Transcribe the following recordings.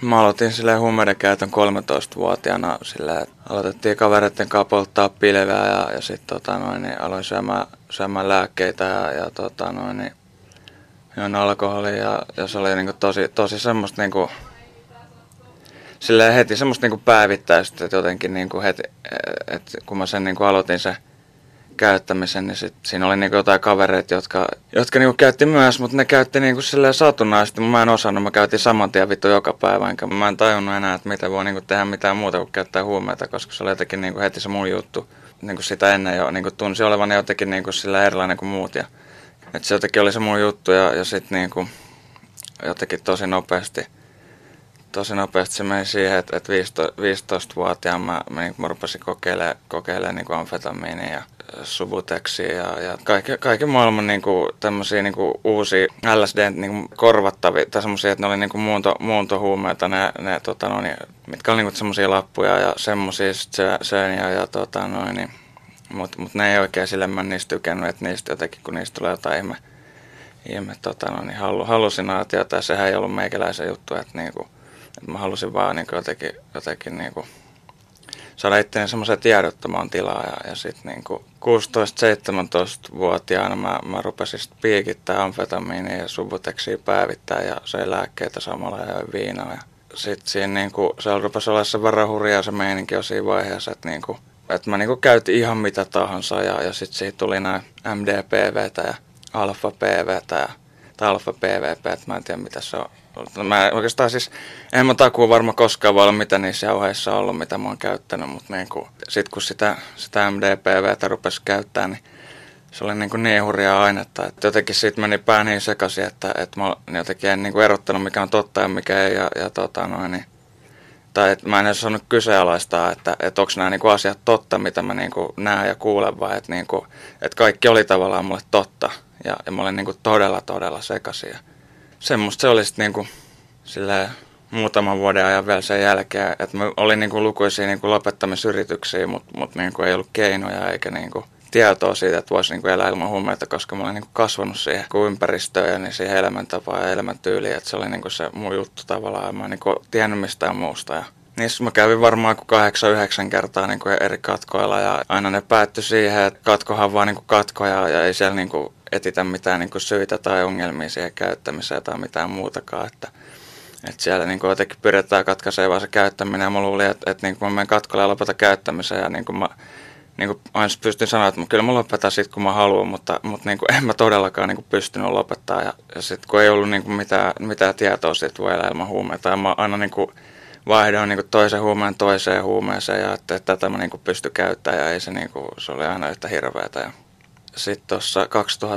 Mä aloitin silleen huumeiden käytön 13-vuotiaana silleen, että aloitettiin kavereiden kanssa polttaa pilveä ja sitten niin aloin syömään lääkkeitä ja join alkoholia ja se oli niinku tosi semmoista niinku silleen heti semmoista niinku päivittäistä, että jotenkin niinku heti, että kun mä sen niinku aloitin sen käyttämisen, niin sit siinä oli niinku jotain kavereita, jotka niinku käytti myös, mutta ne käytti niinku silleen satunnaisesti, mutta mä en osannut, mä käytin saman tien vittu joka päivä, enkä mä en tajunnut enää, että miten voi niinku tehdä mitään muuta kuin käyttää huumeita, koska se oli jotenkin niinku heti se mun juttu. Niinku sitä ennen jo niinku tunsi olevan jotenkin niinku sillä erilainen kuin muut ja että se jotenkin oli se mun juttu ja sitten niinku jotenkin tosi nopeasti se meni siihen, että 15-vuotiaan mä rupesin kokeilemaan niinku amfetamiinia ja Subutexia ja kaiken maailman niinku tämmöisiä niinku uusia LSD niinku korvattavia tai semmoisia, että ne oli niinku muuntohuumeita ne mitkä oli niinku semmoisia lappuja ja semmoisia söin Mut ne ei oikein sille mä niistä tykännyt, että niistä jotenkin, kun niistä tulee jotain ihme hallusinaatiota, ja sehän ei ollut meikäläisen juttu, että mä halusin vaan jotenkin saada itteni semmoiseen tiedottomaan tilaan, ja sitten 16-17-vuotiaana mä rupesin piikittää amfetamiinia ja Subutexia päivittää, ja söin lääkkeitä samalla ja join viinaa, ja sitten siinä se rupesi olla se verran hurjaa se meininki jo siinä vaiheessa, että mä käytin ihan mitä tahansa ja sitten siitä tuli nämä MDPVtä ja alfa-PVtä tai alfa-PVP, mä en tiedä mitä se on. Mä oikeastaan siis, en mä takuu varmaan koskaan voi olla mitä niissä jauheissa on ollut, mitä mä oon käyttänyt, mutta sit kun sitä MDPVtä rupesi käyttää, niin se oli niin hurjaa ainetta, että jotenkin siitä meni pää niin sekaisin, että mä jotenkin en erottanut mikä on totta ja mikä ei tai että mä en edes osannut kyseenalaistaa, että onko nämä asiat totta, mitä mä näen ja kuulen, vai että kaikki oli tavallaan mulle totta. Ja mä olin todella sekaisin. Ja semmoista se oli sitten silleen muutaman vuoden ajan vielä sen jälkeen, että mä olin lukuisia lopettamisyrityksiä, mutta ei ollut keinoja eikä tietoa siitä, että voisi elää ilman huumeita, koska mä olin kasvanut siihen ympäristöön ja siihen elämäntapaan ja elämäntyyliin, että se oli se mun juttu tavallaan, ja mä en tiennyt mistään muusta. Ja niissä mä kävin varmaan 8-9 kertaa eri katkoilla, ja aina ne päättyi siihen, että katkohan vaan katko, ja ei siellä etitä mitään syitä tai ongelmia siihen käyttämiseen tai mitään muutakaan, että siellä jotenkin pyritään katkaisemaan vaan se käyttäminen, ja mä luulin, että mä menen katkolle ja lopetan käyttämisen, ja mä aina pystyn sanoa, että kyllä mä lopetan sit kun mä haluan, mutta en mä todellakaan pystynyt lopettaa. Ja sitten kun ei ollut mitään tietoa siitä, voi elää ilman huumeita. Ja mä aina vaihdoin toisen huumeen toiseen huumeeseen ja että tätä mä pystyn käyttämään ja ei se oli aina yhtä hirveätä. Ja sitten tuossa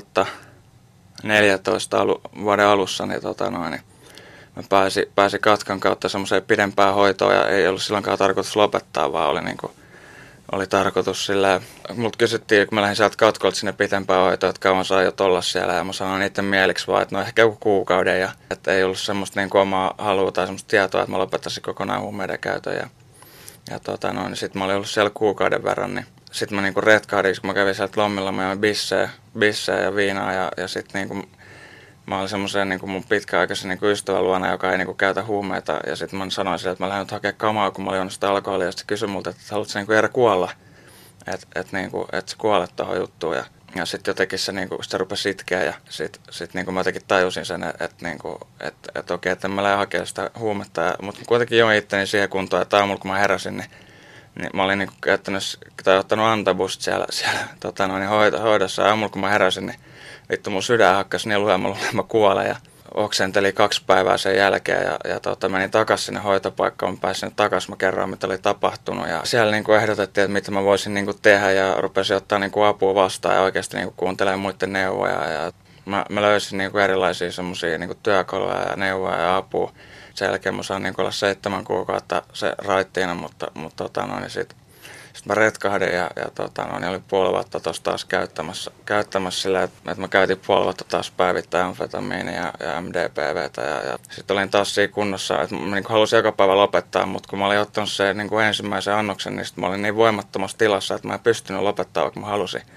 2014 vuoden alussa niin mä pääsin katkan kautta semmoiseen pidempään hoitoon ja ei ollut silloinkaan tarkoitus lopettaa, vaan oli tarkoitus sillä, multa kysyttiin, kun mä lähdin sieltä katkolta sinne pitempään hoitoon, että kauan saa jo olla siellä, ja mä sanoin niiden mieliksi vaan, että no ehkä joku kuukauden, ja että ei ollut semmoista omaa halua tai semmoista tietoa, että mä lopettaisin kokonaan huumeiden käytön, ja niin sit mä olin ollut siellä kuukauden verran, niin sit mä retkahdin, kun mä kävin sieltä lommilla, mä join bissejä ja viinaa, ja sit mä olin semmoisen mun pitkäaikaisen ystävän luona, joka ei käytä huumeita. Ja sitten mä sanoin sille, että mä lähdin nyt hakemaan kamaa, kun mä olin juonut sitä alkoholia. Ja sitten kysyi multa, että haluatko Eera kuolla? Että sä kuolet tohon juttuun. Ja sitten jotenkin se rupesi itkeä. Ja sitten mä jotenkin tajusin sen, että okei, että mä lähden hakemaan sitä huumetta. Mutta kuitenkin join itteni siihen kuntoon, että aamulla kun mä heräsin, niin mä olin ottanut antabust siellä hoidossa. Ja aamulla kun mä heräsin, niin vittu mun sydän hakkasi niin luomaan, että mä kuolen ja oksentelin 2 päivää sen jälkeen ja menin takaisin sinne hoitopaikkaan, mä pääsin takaisin, mä kerroin mitä oli tapahtunut ja siellä ehdotettiin, että mitä mä voisin tehdä ja rupesin ottaa apua vastaan ja oikeasti kuuntelemaan muiden neuvoja ja mä löysin erilaisia semmosia työkaluja ja neuvoja ja apua. Sen jälkeen mä saan olla 7 kuukautta se raittiina, mutta sitten mä retkahdin ja olin puoli vuotta tuossa taas käyttämässä sillä, että mä käytin puoli vuotta taas päivittäin amfetamiinia ja MDPVtä ja sitten olin taas siinä kunnossa, että mä halusin joka päivä lopettaa, mutta kun mä olin ottanut sen ensimmäisen annoksen, niin sit mä olin niin voimattomassa tilassa, että mä en pystynyt lopettaa, vaikka mä halusin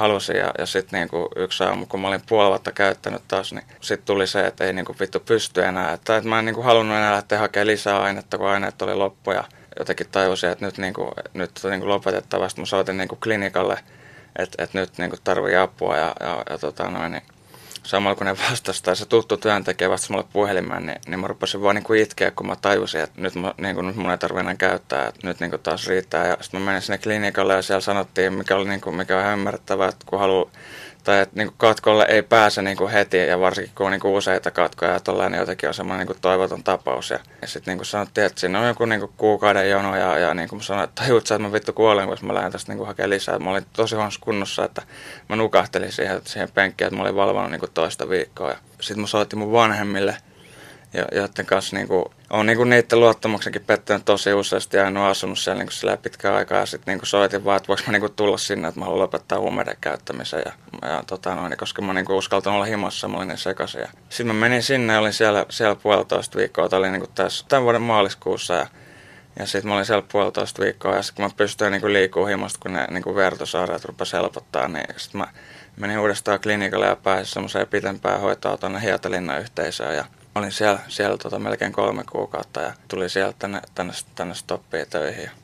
halusin. Ja sitten niinku yksi aamu, kun mä olin puoli vuotta käyttänyt taas, niin sitten tuli se, että ei niinku vittu pysty enää. Että mä en niinku halunnut enää lähteä hakemaan lisää ainetta, kun aineet oli loppu. Ja jotenkin tajusin, että nyt lopetettavasti mä soitin niinku klinikalle, että nyt niinku tarvii apua. Niin samalla kun ne vastasi, tai se tuttu työntekijä vastasi mulle puhelimeen, niin mä rupesin vaan niinku itkeä, kun mä tajusin, että nyt mun ei tarvitse enää käyttää, että nyt niinku taas riittää. Ja sitten mä menin sinne klinikalle ja siellä sanottiin, mikä on ihan ymmärrettävää, että kun haluaa, tai että niinku katkolle ei pääse niinku heti, ja varsinkin kun on niinku useita katkoja ja tollainen, niin jotenkin on semmoinen niinku toivoton tapaus. Ja sitten niinku sanottiin, että siinä on joku niinku kuukauden jono, ja niinku mä sanoin, että tajut sä, että mä vittu kuolen, kun mä lähden tästä niinku hakemaan lisää. Mä olin tosi huonossa kunnossa, että mä nukahtelin siihen penkkiin, että mä olin valvonut niinku toista viikkoa. Sitten mä soitin mun vanhemmille, joiden kanssa niinku, on niinku niiden luottamuksenkin pettänyt tosi useasti ja en ole asunut siellä niinku pitkään aikaa. Ja sitten niinku soitin vaan, että voiko mä niinku tulla sinne, että mä haluan lopettaa huumeiden käyttämisen. Koska mä niinku uskaltanut olla himassa, mä olin niin sekaisin. Sitten mä menin sinne ja olin siellä 1,5 viikkoa. Tämä oli niinku tämän vuoden maaliskuussa. Ja sitten mä olin siellä 1,5 viikkoa. Ja sitten kun mä pystyin niinku liikumaan himasta, kun ne niinku vertosairaat rupesi helpottaa, niin sitten mä menin uudestaan klinikalle ja pääsin semmoiseen pitempään hoitoon tuonne Hietalinnan yhteisöön. Ja olin siellä melkein 3 kuukautta ja tuli sieltä tänne Stoppiin töihin. Ja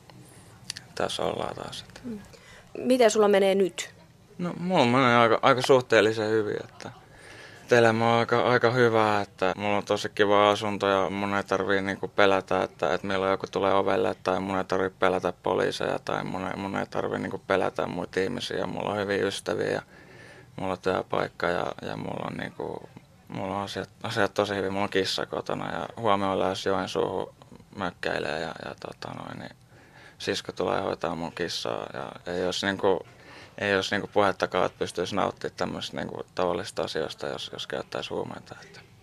tässä ollaan taas. Miten sulla menee nyt? No mulla menee aika suhteellisen hyvin. Että elämä on aika hyvää, että mulla on tosi kiva asunto ja mun ei tarvii niinku pelätä, että milloin joku tulee ovelle tai mun ei tarvii pelätä poliiseja tai mun ei tarvii niinku pelätä muita ihmisiä. Mulla on hyviä ystäviä ja mulla on työpaikka ja mulla on asiat tosi hyvin. Mulla on kissa kotona ja huomenna lähes Joensuuhun mökkäilee niin sisko tulee hoitaa mun kissaa. Ja ei olisi puhettakaan, että pystyisi nauttimaan tämmöisistä tavallisista asioista, jos käyttäisi huumeita.